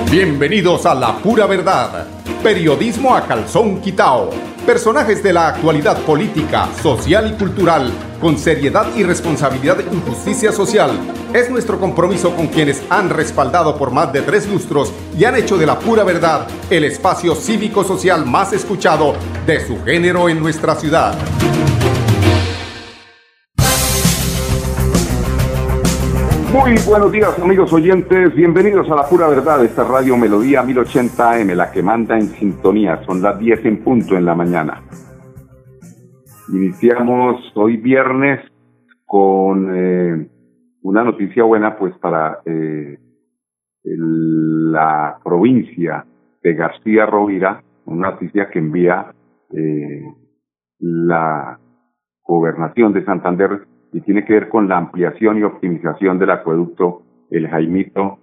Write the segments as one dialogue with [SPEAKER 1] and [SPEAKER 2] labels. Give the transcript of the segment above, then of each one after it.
[SPEAKER 1] Bienvenidos a La Pura Verdad, periodismo a calzón quitao. Personajes de la actualidad política, social y cultural, con seriedad y responsabilidad en justicia social. Es nuestro compromiso con quienes han respaldado por más de 3 lustros y han hecho de La Pura Verdad el espacio cívico-social más escuchado de su género en nuestra ciudad.
[SPEAKER 2] Muy buenos días, amigos oyentes, bienvenidos a La Pura Verdad, esta radio Melodía 1080 AM, la que manda en sintonía. Son las 10 en punto en la mañana. Iniciamos hoy viernes con una noticia buena pues para la provincia de García Rovira, una noticia que envía la gobernación de Santander y tiene que ver con la ampliación y optimización del acueducto El Jaimito,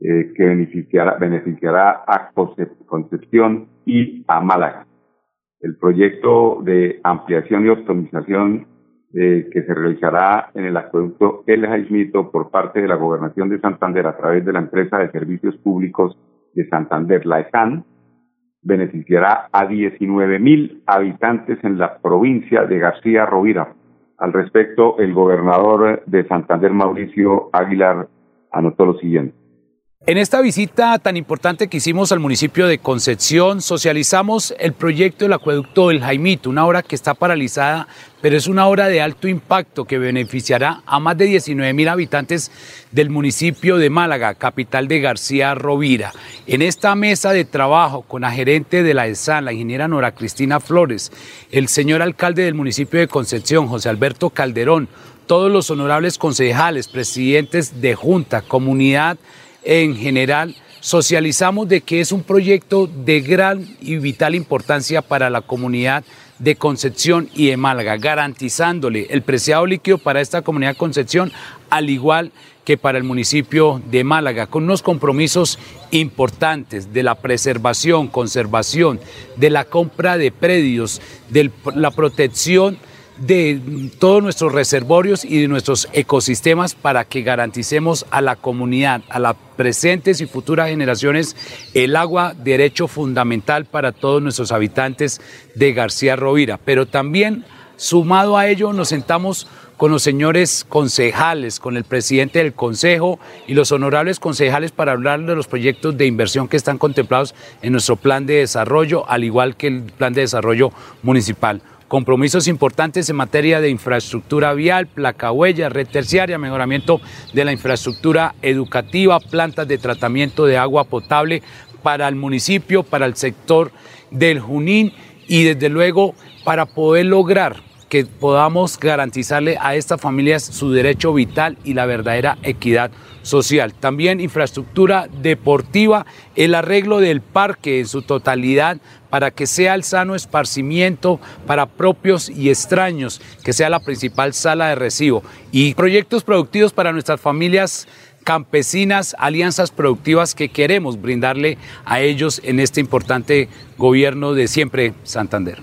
[SPEAKER 2] que beneficiará a Concepción y a Málaga. El proyecto de ampliación y optimización que se realizará en el acueducto El Jaimito por parte de la Gobernación de Santander a través de la Empresa de Servicios Públicos de Santander, la ESAN, beneficiará a 19.000 habitantes en la provincia de García Rovira. Al respecto, el gobernador de Santander, Mauricio Aguilar, anotó lo siguiente.
[SPEAKER 3] En esta visita tan importante que hicimos al municipio de Concepción, socializamos el proyecto del acueducto El Jaimito, una obra que está paralizada, pero es una obra de alto impacto que beneficiará a más de 19.000 habitantes del municipio de Málaga, capital de García Rovira. En esta mesa de trabajo con la gerente de la ESAN, la ingeniera Nora Cristina Flores, el señor alcalde del municipio de Concepción, José Alberto Calderón, todos los honorables concejales, presidentes de junta, comunidad en general, socializamos de que es un proyecto de gran y vital importancia para la comunidad de Concepción y de Málaga, garantizándole el preciado líquido para esta comunidad de Concepción, al igual que para el municipio de Málaga, con unos compromisos importantes de la preservación, conservación, de la compra de predios, de la protección de todos nuestros reservorios y de nuestros ecosistemas para que garanticemos a la comunidad, a las presentes y futuras generaciones, el agua, derecho fundamental para todos nuestros habitantes de García Rovira. Pero también, sumado a ello, nos sentamos con los señores concejales, con el presidente del consejo y los honorables concejales para hablar de los proyectos de inversión que están contemplados en nuestro plan de desarrollo, al igual que el plan de desarrollo municipal. Compromisos importantes en materia de infraestructura vial, placahuella, red terciaria, mejoramiento de la infraestructura educativa, plantas de tratamiento de agua potable para el municipio, para el sector del Junín y desde luego para poder lograr que podamos garantizarle a estas familias su derecho vital y la verdadera equidad social. También infraestructura deportiva, el arreglo del parque en su totalidad para que sea el sano esparcimiento para propios y extraños, que sea la principal sala de recibo. Y proyectos productivos para nuestras familias campesinas, alianzas productivas que queremos brindarle a ellos en este importante gobierno de siempre Santander.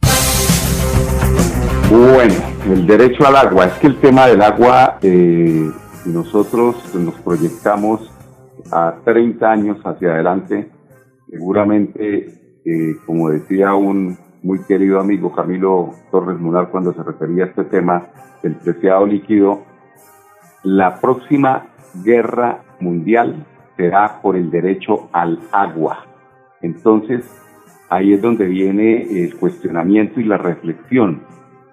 [SPEAKER 2] Bueno, el derecho al agua. Es que el tema del agua, nosotros nos proyectamos a 30 años hacia adelante. Seguramente, como decía un muy querido amigo, Camilo Torres Munar, cuando se refería a este tema del preciado líquido, la próxima guerra mundial será por el derecho al agua. Entonces, ahí es donde viene el cuestionamiento y la reflexión.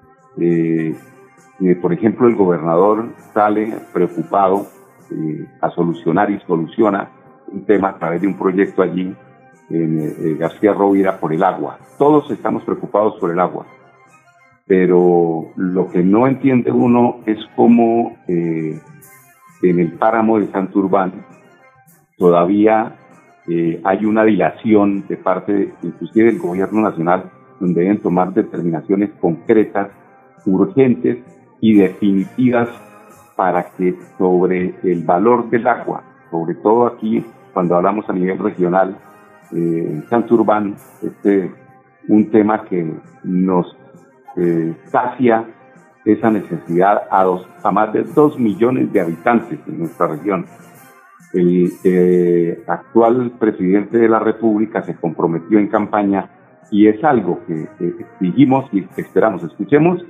[SPEAKER 2] Por ejemplo, el gobernador sale preocupado a solucionar y soluciona un tema a través de un proyecto allí en García Rovira por el agua. Todos estamos preocupados por el agua, pero lo que no entiende uno es cómo en el páramo de Santurbán todavía hay una dilación de parte inclusive del gobierno nacional, donde deben tomar determinaciones concretas, urgentes y definitivas para que sobre el valor del agua, sobre todo aquí cuando hablamos a nivel regional, en Santurbán, un tema que nos sacia esa necesidad a más de 2 millones de habitantes en nuestra región. El actual presidente de la República se comprometió en campaña y es algo que exigimos y esperamos. Escuchemos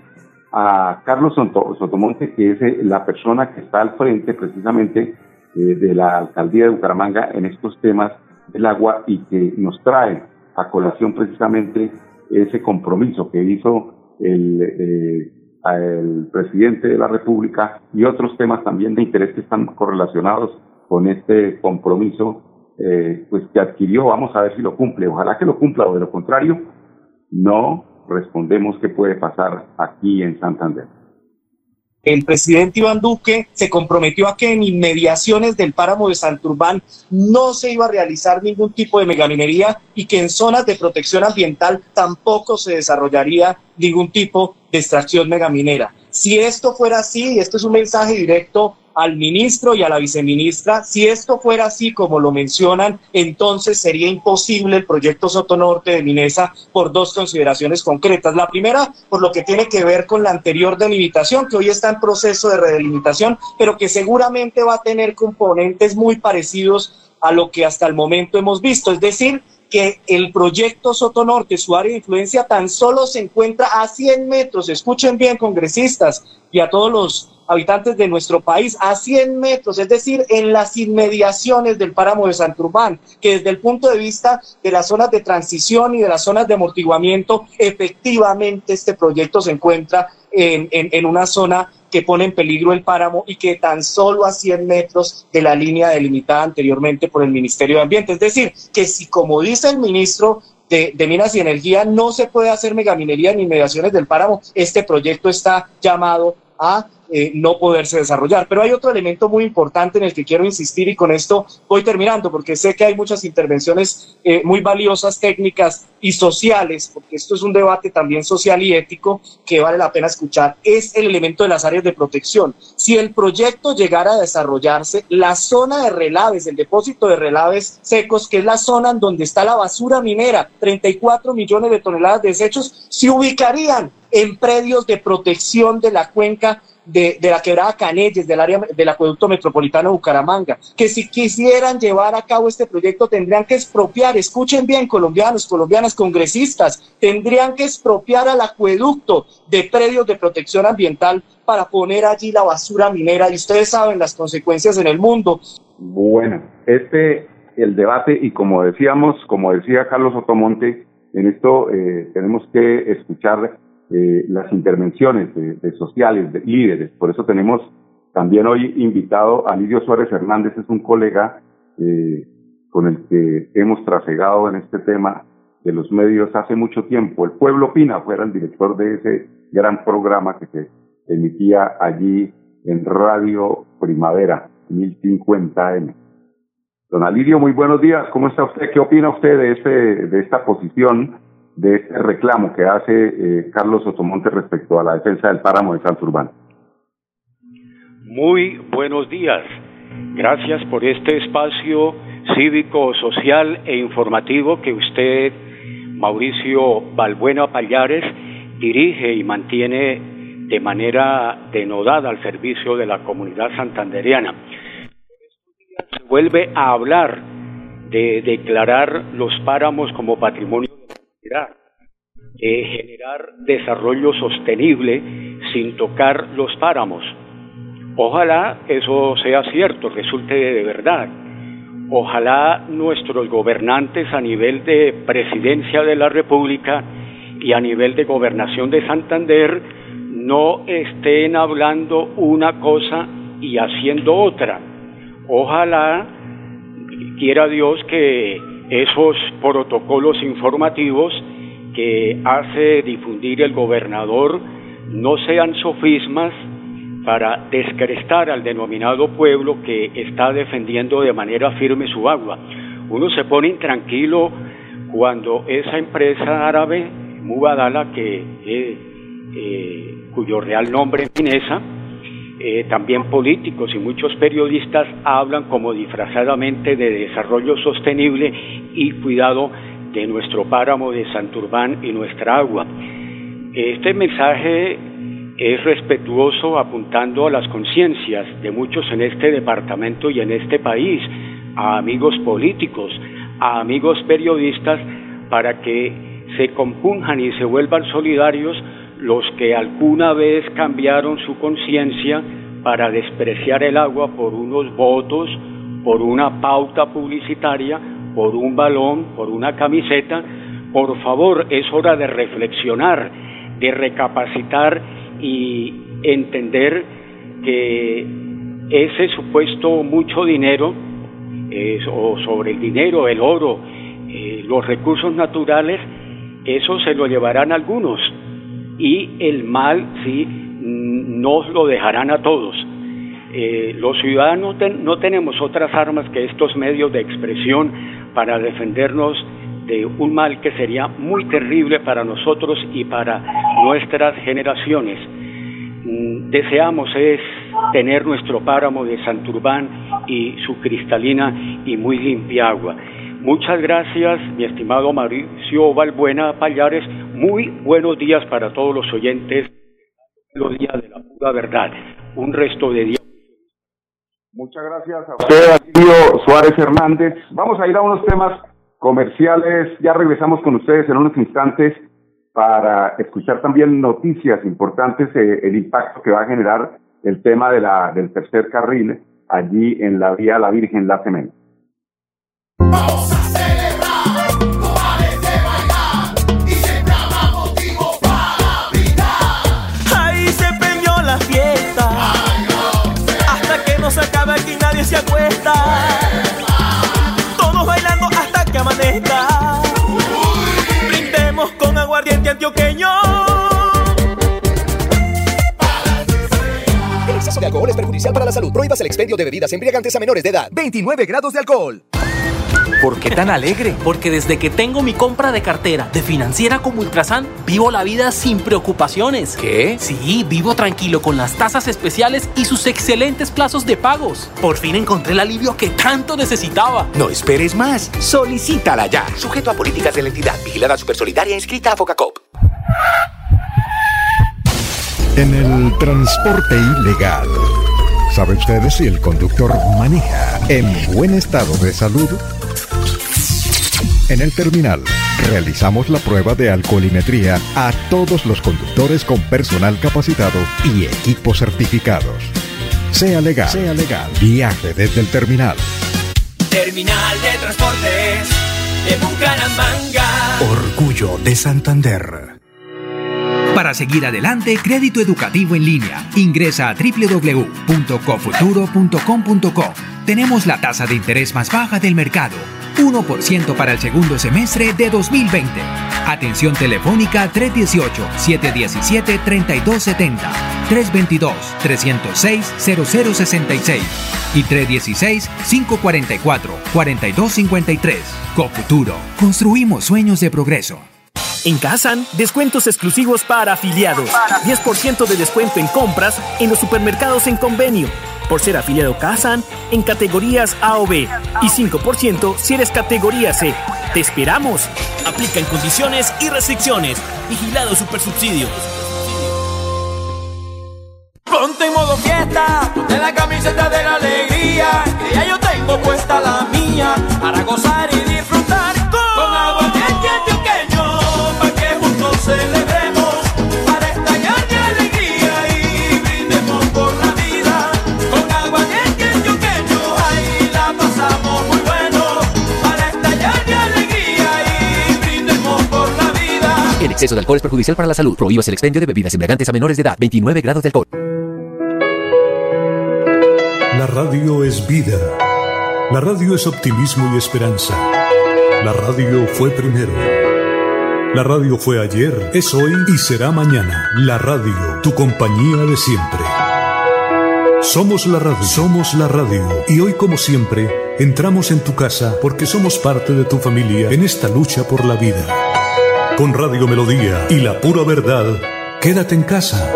[SPEAKER 2] a Carlos Sotomonte, que es la persona que está al frente precisamente de la alcaldía de Bucaramanga en estos temas del agua y que nos trae a colación precisamente ese compromiso que hizo el presidente de la República y otros temas también de interés que están correlacionados con este compromiso pues que adquirió. Vamos a ver si lo cumple, ojalá que lo cumpla, o de lo contrario no respondemos qué puede pasar aquí en Santander.
[SPEAKER 4] El presidente Iván Duque se comprometió a que en inmediaciones del páramo de Santurbán no se iba a realizar ningún tipo de megaminería y que en zonas de protección ambiental tampoco se desarrollaría ningún tipo de extracción megaminera. Si esto fuera así, y esto es un mensaje directo al ministro y a la viceministra, si esto fuera así como lo mencionan, entonces sería imposible el proyecto Sotonorte de Minesa por dos consideraciones concretas. La primera, por lo que tiene que ver con la anterior delimitación, que hoy está en proceso de redelimitación, pero que seguramente va a tener componentes muy parecidos a lo que hasta el momento hemos visto, es decir, que el proyecto Sotonorte, su área de influencia, tan solo se encuentra a 100 metros, escuchen bien, congresistas, y a todos los habitantes de nuestro país, a 100 metros, es decir, en las inmediaciones del páramo de Santurbán, que desde el punto de vista de las zonas de transición y de las zonas de amortiguamiento, efectivamente este proyecto se encuentra en una zona que pone en peligro el páramo y que tan solo a 100 metros de la línea delimitada anteriormente por el Ministerio de Ambiente. Es decir, que si, como dice el ministro de Minas y Energía, no se puede hacer megaminería en inmediaciones del páramo, este proyecto está llamado a no poderse desarrollar. Pero hay otro elemento muy importante en el que quiero insistir y con esto voy terminando, porque sé que hay muchas intervenciones muy valiosas, técnicas y sociales, porque esto es un debate también social y ético que vale la pena escuchar, es el elemento de las áreas de protección. Si el proyecto llegara a desarrollarse, la zona de relaves, el depósito de relaves secos, que es la zona en donde está la basura minera, 34 millones de toneladas de desechos, se ubicarían en predios de protección de la cuenca de la quebrada Canelles, del área del acueducto metropolitano de Bucaramanga, que si quisieran llevar a cabo este proyecto tendrían que expropiar, escuchen bien, colombianos, colombianas, congresistas, tendrían que expropiar al acueducto de predios de protección ambiental para poner allí la basura minera, y ustedes saben las consecuencias en el mundo.
[SPEAKER 2] Bueno, el debate, y como decíamos, como decía Carlos Sotomonte, en esto tenemos que escuchar las intervenciones de sociales, de líderes. Por eso tenemos también hoy invitado a Lidio Suárez Hernández, es un colega con el que hemos trasegado en este tema de los medios hace mucho tiempo. El Pueblo Opina fuera el director de ese gran programa que se emitía allí en Radio Primavera, 1050M. Don Alirio, muy buenos días. ¿Cómo está usted? ¿Qué opina usted de esta posición, de este reclamo que hace Carlos Sotomonte respecto a la defensa del páramo de Santurbán?
[SPEAKER 5] Muy buenos días. Gracias por este espacio cívico, social e informativo que usted, Mauricio Balbuena Pallares, dirige y mantiene de manera denodada al servicio de la comunidad santandereana. Se vuelve a hablar de declarar los páramos como patrimonio de la comunidad, generar desarrollo sostenible sin tocar los páramos. Ojalá eso sea cierto, resulte de verdad. Ojalá nuestros gobernantes a nivel de presidencia de la República y a nivel de gobernación de Santander no estén hablando una cosa y haciendo otra. Ojalá, quiera Dios, que esos protocolos informativos que hace difundir el gobernador no sean sofismas para descrestar al denominado pueblo que está defendiendo de manera firme su agua. Uno se pone intranquilo cuando esa empresa árabe, Mubadala, cuyo real nombre es Minesa, también políticos y muchos periodistas hablan como disfrazadamente de desarrollo sostenible y cuidado de nuestro páramo de Santurbán y nuestra agua. Este mensaje es respetuoso apuntando a las conciencias de muchos en este departamento y en este país, a amigos políticos, a amigos periodistas, para que se compunjan y se vuelvan solidarios los que alguna vez cambiaron su conciencia para despreciar el agua por unos votos, por una pauta publicitaria, por un balón, por una camiseta. Por favor, es hora de reflexionar, de recapacitar y entender que ese supuesto mucho dinero, o sobre el dinero, el oro, los recursos naturales, eso se lo llevarán algunos, y el mal sí nos lo dejarán a todos. Los ciudadanos no tenemos otras armas que estos medios de expresión para defendernos de un mal que sería muy terrible para nosotros y para nuestras generaciones. Deseamos es tener nuestro páramo de Santurbán y su cristalina y muy limpia agua. Muchas gracias, mi estimado Mauricio Balbuena Pallares. Muy buenos días para todos los oyentes. Los días de la pura verdad. Un resto de día.
[SPEAKER 2] Muchas gracias a usted, Atilio Suárez Hernández. Vamos a ir a unos temas comerciales. Ya regresamos con ustedes en unos instantes para escuchar también noticias importantes, el impacto que va a generar el tema del tercer carril allí en la vía La Virgen La Cemento.
[SPEAKER 6] Vamos a celebrar, no pares de bailar y siempre habrá motivo para brindar.
[SPEAKER 7] Ahí se prendió la fiesta, hasta que no se acabe aquí nadie se acuesta. Todos bailando hasta que amanezca. Brindemos con aguardiente antioqueño.
[SPEAKER 8] El exceso de alcohol es perjudicial para la salud. Prohíbas el expendio de bebidas embriagantes a menores de edad. 29 grados de alcohol.
[SPEAKER 9] ¿Por qué tan alegre? Porque desde que tengo mi compra de cartera de financiera como Ultrasan, vivo la vida sin preocupaciones.
[SPEAKER 8] ¿Qué?
[SPEAKER 9] Sí, vivo tranquilo con las tasas especiales y sus excelentes plazos de pagos. Por fin encontré el alivio que tanto necesitaba.
[SPEAKER 8] No esperes más. Solicítala ya. Sujeto a políticas de la entidad. Vigilada Supersolidaria inscrita a Focacop.
[SPEAKER 10] En el transporte ilegal, ¿sabe usted si el conductor maneja en buen estado de salud? En el terminal, realizamos la prueba de alcoholimetría a todos los conductores con personal capacitado y equipos certificados. Sea legal, viaje desde el terminal.
[SPEAKER 7] Terminal de Transportes de Bucaramanga.
[SPEAKER 10] Orgullo de Santander.
[SPEAKER 11] Para seguir adelante, crédito educativo en línea. Ingresa a www.cofuturo.com.co. Tenemos la tasa de interés más baja del mercado. 1% para el segundo semestre de 2020. Atención telefónica 318-717-3270, 322-306-0066 y 316-544-4253. Cofuturo. Construimos sueños de progreso.
[SPEAKER 7] En Kazan, descuentos exclusivos para afiliados. 10% de descuento en compras en los supermercados en convenio. Por ser afiliado Kazan en categorías A o B. Y 5% si eres categoría C. ¡Te esperamos! Aplican condiciones y restricciones. Vigilado Supersubsidio. Ponte en modo fiesta, ponte la camiseta de la alegría, que ya yo tengo puesta la mía, para gozar y disfrutar con aguardiente antioqueño, para que juntos celebremos, para estallar de alegría y brindemos por la vida, con aguardiente antioqueño, ahí la pasamos muy bueno, para estallar de alegría y brindemos por la vida.
[SPEAKER 8] El exceso de alcohol es perjudicial para la salud. Prohíbas el expendio de bebidas embriagantes a menores de edad. 29 grados de alcohol.
[SPEAKER 10] La radio es vida. La radio es optimismo y esperanza. La radio fue primero. La radio fue ayer, es hoy y será mañana. La radio, tu compañía de siempre. Somos la radio. Y hoy, como siempre, entramos en tu casa porque somos parte de tu familia en esta lucha por la vida. Con Radio Melodía y la pura verdad, quédate en casa.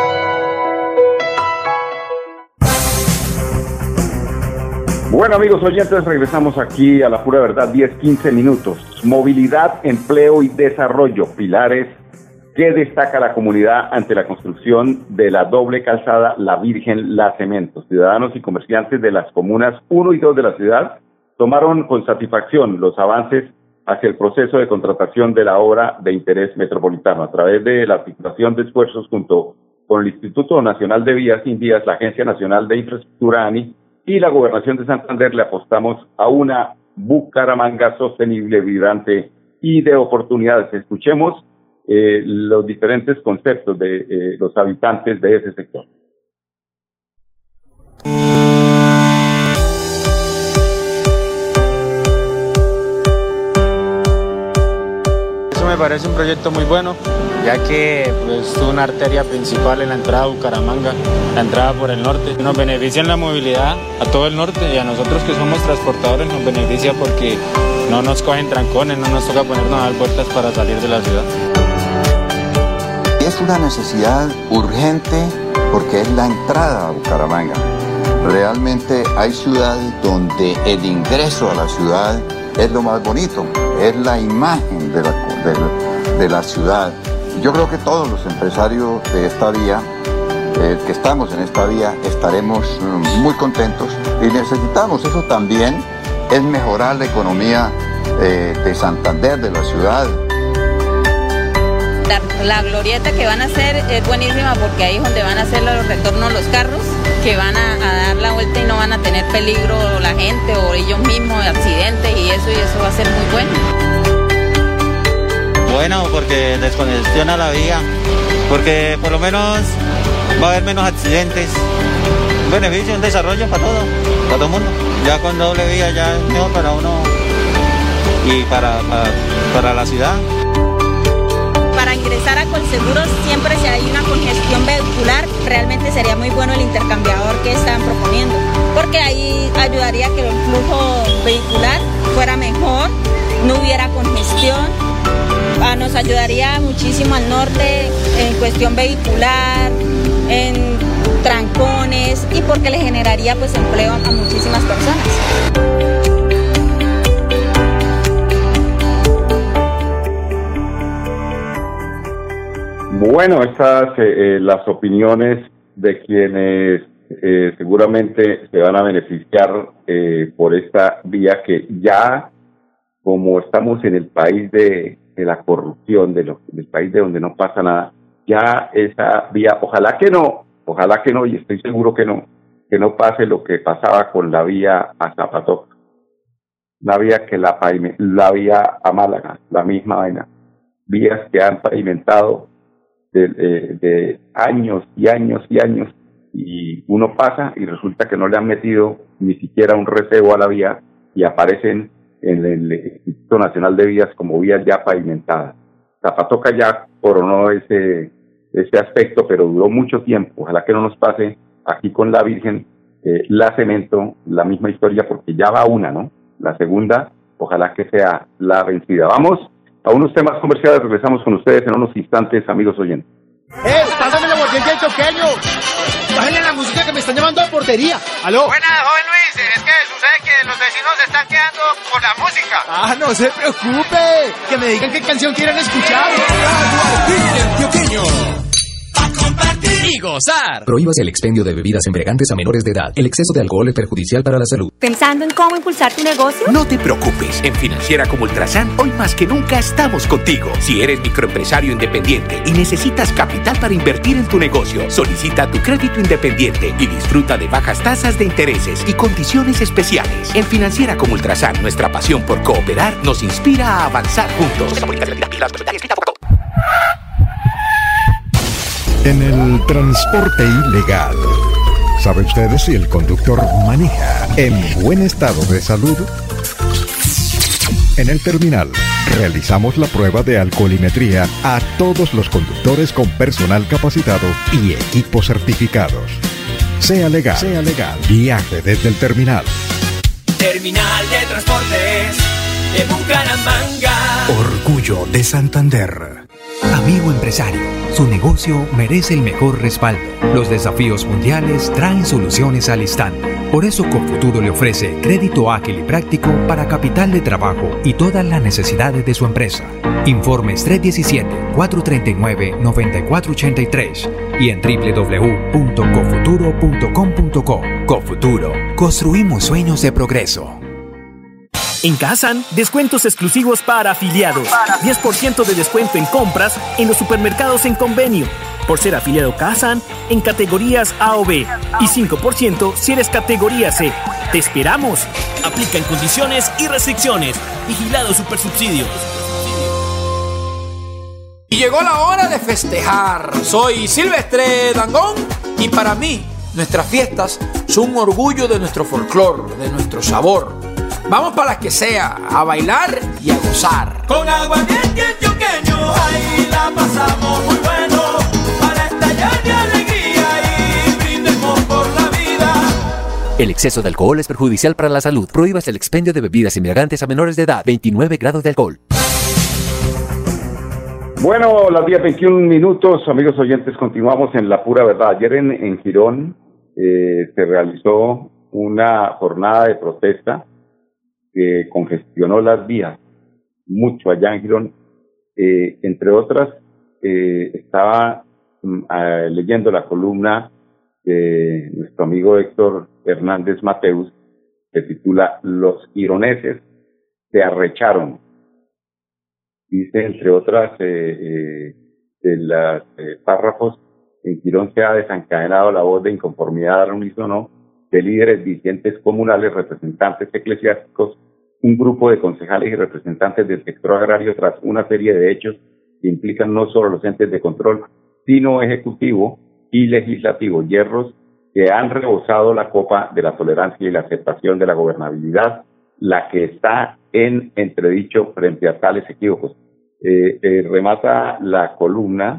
[SPEAKER 2] Bueno, amigos oyentes, regresamos aquí a la pura verdad, 10-15 minutos. Movilidad, empleo y desarrollo, pilares ¿Qué destaca la comunidad ante la construcción de la doble calzada La Virgen La Cemento? Ciudadanos y comerciantes de las comunas 1 y 2 de la ciudad tomaron con satisfacción los avances hacia el proceso de contratación de la obra de interés metropolitano. A través de la articulación de esfuerzos junto con el Instituto Nacional de Vías Indías, la Agencia Nacional de Infraestructura ANI y la Gobernación de Santander, le apostamos a una Bucaramanga sostenible, vibrante y de oportunidades. Escuchemos los diferentes conceptos de los habitantes de ese sector.
[SPEAKER 12] Eso me parece un proyecto muy bueno, ya que es una arteria principal en la entrada a Bucaramanga, la entrada por el norte. Nos beneficia en la movilidad a todo el norte y a nosotros que somos transportadores nos beneficia porque no nos cogen trancones, no nos toca ponernos a dar vueltas para salir de la ciudad.
[SPEAKER 13] Es una necesidad urgente porque es la entrada a Bucaramanga. Realmente hay ciudades donde el ingreso a la ciudad es lo más bonito, es la imagen de la ciudad. Yo creo que todos los empresarios de esta vía, que estamos en esta vía, estaremos muy contentos y necesitamos eso también, es mejorar la economía de Santander, de la ciudad.
[SPEAKER 14] La glorieta que van a hacer es buenísima porque ahí es donde van a hacer los retornos los carros, que van a dar la vuelta y no van a tener peligro la gente o ellos mismos, accidentes y eso va a ser muy bueno.
[SPEAKER 12] Bueno, porque descongestiona la vía, porque por lo menos va a haber menos accidentes. Un beneficio, un desarrollo para todo el mundo. Ya con doble vía ya es mejor para uno y para la ciudad.
[SPEAKER 14] Para ingresar a Colseguros siempre si hay una congestión vehicular, realmente sería muy bueno el intercambiador que están proponiendo, porque ahí ayudaría a que el flujo vehicular fuera mejor, no hubiera congestión, nos ayudaría muchísimo al norte en cuestión vehicular, en trancones y porque le generaría pues empleo a muchísimas personas.
[SPEAKER 2] Bueno, estas las opiniones de quienes seguramente se van a beneficiar por esta vía que ya, como estamos en el país de la corrupción, del país de donde no pasa nada, ya esa vía, ojalá que no, y estoy seguro que no pase lo que pasaba con la vía a Zapatoca, la vía la vía a Málaga, la misma vaina, vías que han pavimentado de años y años y años, y uno pasa y resulta que no le han metido ni siquiera un recebo a la vía y aparecen en el Instituto Nacional de Vías como vías ya pavimentadas. Zapatoca ya coronó ese aspecto, pero duró mucho tiempo. Ojalá que no nos pase aquí con la Virgen La Cemento, la misma historia, porque ya va una, ¿no? La segunda, ojalá que sea la vencida. Vamos a unos temas comerciales, regresamos con ustedes en unos instantes, amigos oyentes.
[SPEAKER 15] ¡Pásame la botella del choqueño! ¡Bájale la música que me están llamando a portería! ¡Aló!
[SPEAKER 16] Buenas, joven Luis, es que sucede que los vecinos se están quedando por la música.
[SPEAKER 15] ¡Ah, no se preocupe! Que me digan qué canción quieren escuchar.
[SPEAKER 17] Y gozar. Prohíbas el expendio de bebidas embriagantes a menores de edad. El exceso de alcohol es perjudicial para la salud.
[SPEAKER 18] ¿Pensando en cómo impulsar tu negocio?
[SPEAKER 8] No te preocupes. En Financiera como Ultrasan, hoy más que nunca estamos contigo. Si eres microempresario independiente y necesitas capital para invertir en tu negocio, solicita tu crédito independiente y disfruta de bajas tasas de intereses y condiciones especiales. En Financiera como Ultrasan, nuestra pasión por cooperar nos inspira a avanzar juntos.
[SPEAKER 19] En el transporte ilegal, ¿sabe usted si el conductor maneja en buen estado de salud? En el terminal, realizamos la prueba de alcoholimetría a todos los conductores con personal capacitado y equipos certificados. Sea legal, viaje desde el terminal.
[SPEAKER 7] Terminal de Transportes de Bucaramanga.
[SPEAKER 11] Orgullo de Santander. Amigo empresario, su negocio merece el mejor respaldo. Los desafíos mundiales traen soluciones al instante. Por eso Confuturo le ofrece crédito ágil y práctico para capital de trabajo y todas las necesidades de su empresa. Informes 317-439-9483 y en www.cofuturo.com.co. Confuturo, construimos sueños de progreso.
[SPEAKER 20] En Kazan, descuentos exclusivos para afiliados. 10% de descuento en compras en los supermercados en convenio. Por ser afiliado Kazan en categorías A o B. Y 5% si eres categoría C. ¡Te esperamos! Aplican condiciones y restricciones. Vigilado Supersubsidio.
[SPEAKER 21] Y llegó la hora de festejar. Soy Silvestre Dangond y para mí nuestras fiestas son un orgullo de nuestro folclor, de nuestro sabor. Vamos para las que sea, a bailar y a gozar.
[SPEAKER 7] Con aguardiente antioqueño, ahí la pasamos muy bueno. Para estallar de alegría y brindemos por la vida.
[SPEAKER 17] El exceso de alcohol es perjudicial para la salud. Prohíbas el expendio de bebidas embriagantes a menores de edad. 29 grados de alcohol.
[SPEAKER 2] Bueno, las 10:21, amigos oyentes, continuamos en La Pura Verdad. Ayer en Girón se realizó una jornada de protesta que congestionó las vías mucho allá en Girón. Entre otras, estaba leyendo la columna de nuestro amigo Héctor Hernández Mateus, que titula Los gironeses se arrecharon. Dice, entre otras, de los párrafos, en Girón se ha desencadenado la voz de inconformidad al unísono de líderes, dirigentes comunales, representantes eclesiásticos, un grupo de concejales y representantes del sector agrario tras una serie de hechos que implican no solo los entes de control, sino ejecutivo y legislativo, hierros que han rebosado la copa de la tolerancia y la aceptación de la gobernabilidad, la que está en entredicho frente a tales equívocos. Remata la columna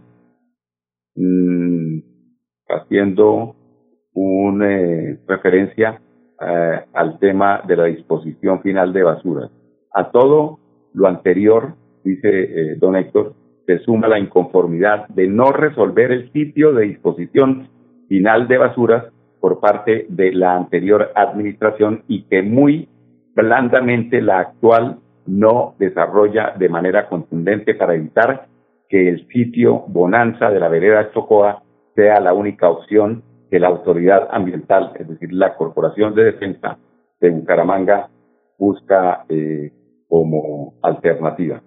[SPEAKER 2] haciendo una referencia al tema de la disposición final de basuras. A todo lo anterior, dice don Héctor, se suma la inconformidad de no resolver el sitio de disposición final de basuras por parte de la anterior administración y que muy blandamente la actual no desarrolla de manera contundente para evitar que el sitio Bonanza de la vereda Chocoa sea la única opción que la autoridad ambiental, es decir, la Corporación de Defensa de Bucaramanga, busca como alternativa.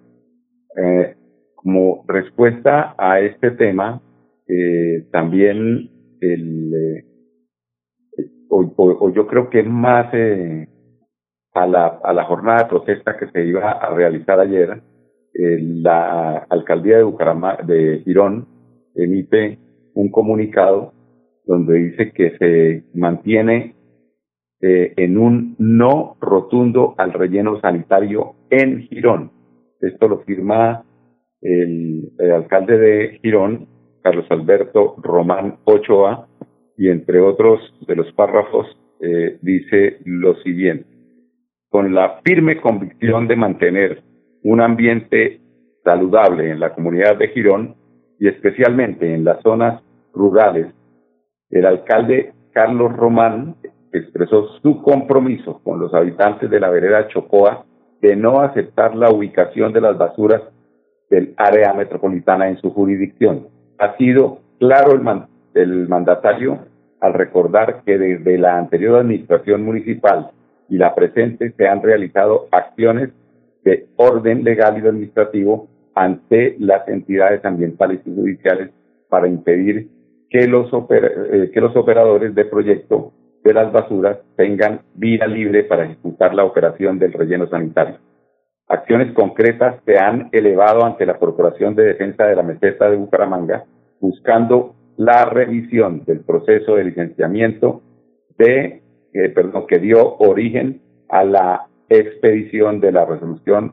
[SPEAKER 2] Como respuesta a este tema, también yo creo que más a la jornada de protesta que se iba a realizar ayer, la alcaldía de Bucaramanga, de Girón, emite un comunicado donde dice que se mantiene en un no rotundo al relleno sanitario en Girón. Esto lo firma el alcalde de Girón, Carlos Alberto Román Ochoa, y entre otros de los párrafos dice lo siguiente: con la firme convicción de mantener un ambiente saludable en la comunidad de Girón y especialmente en las zonas rurales, el alcalde Carlos Román expresó su compromiso con los habitantes de la vereda Chocoa de no aceptar la ubicación de las basuras del área metropolitana en su jurisdicción. Ha sido claro el mandatario al recordar que desde la anterior administración municipal y la presente se han realizado acciones de orden legal y administrativo ante las entidades ambientales y judiciales para impedir que los operadores de proyecto de las basuras tengan vía libre para ejecutar la operación del relleno sanitario. Acciones concretas se han elevado ante la Corporación de Defensa de la Meseta de Bucaramanga, buscando la revisión del proceso de licenciamiento que dio origen a la expedición de la resolución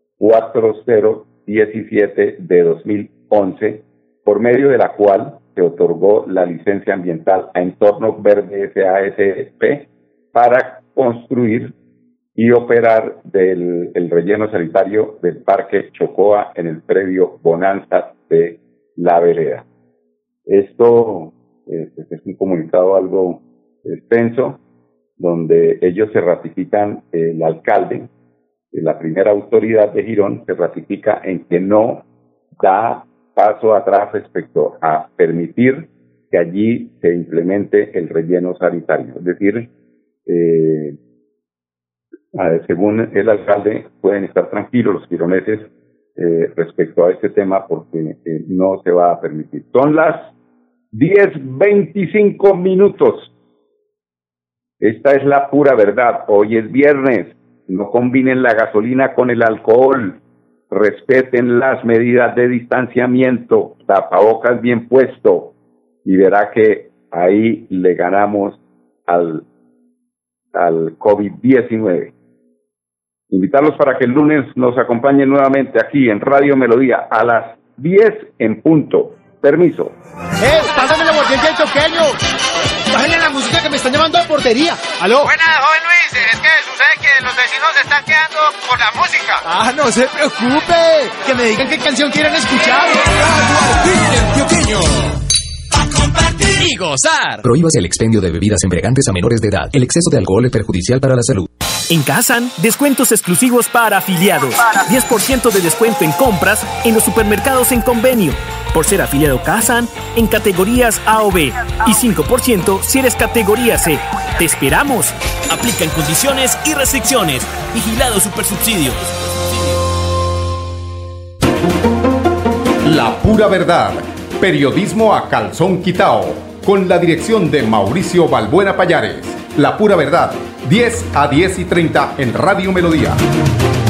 [SPEAKER 2] 4017 de 2011, por medio de la cual se otorgó la licencia ambiental a Entorno Verde S.A.S.P. para construir y operar el relleno sanitario del Parque Chocoa en el predio Bonanza de la vereda. Esto es un comunicado algo extenso, donde ellos se ratifican, el alcalde, la primera autoridad de Girón, se ratifica en que no da paso atrás respecto a permitir que allí se implemente el relleno sanitario. Es decir, según el alcalde, pueden estar tranquilos los gironeses respecto a este tema porque no se va a permitir. Son las 10:25. Esta es la pura verdad. Hoy es viernes. No combinen la gasolina con el alcohol. Respeten las medidas de distanciamiento. Tapabocas bien puesto. Y verá que ahí le ganamos al COVID-19. Invitarlos para que el lunes nos acompañen nuevamente aquí en Radio Melodía a las 10 en punto. Permiso.
[SPEAKER 15] Pásame la aguardiente del choqueño. Bájale la música que me están llamando de portería. ¿Aló?
[SPEAKER 16] Buenas, joven Luis. Es que sucede que los vecinos se están quedando por la música.
[SPEAKER 15] Ah, no se preocupe. Que me digan qué canción quieren escuchar.
[SPEAKER 17] Aguardiente antioqueño. A compartir y gozar. Prohíbas el expendio de bebidas embriagantes a menores de edad. El exceso de alcohol es perjudicial para la salud.
[SPEAKER 20] En Kazan, descuentos exclusivos para afiliados. 10% de descuento en compras en los supermercados en convenio. Por ser afiliado Kazan en categorías A o B. Y 5% si eres categoría C. ¡Te esperamos!
[SPEAKER 17] Aplican condiciones y restricciones. Vigilado Supersubsidio.
[SPEAKER 1] La pura verdad. Periodismo a calzón quitao. Con la dirección de Mauricio Balbuena Pallares. La pura verdad. 10 a 10:30 en Radio Melodía.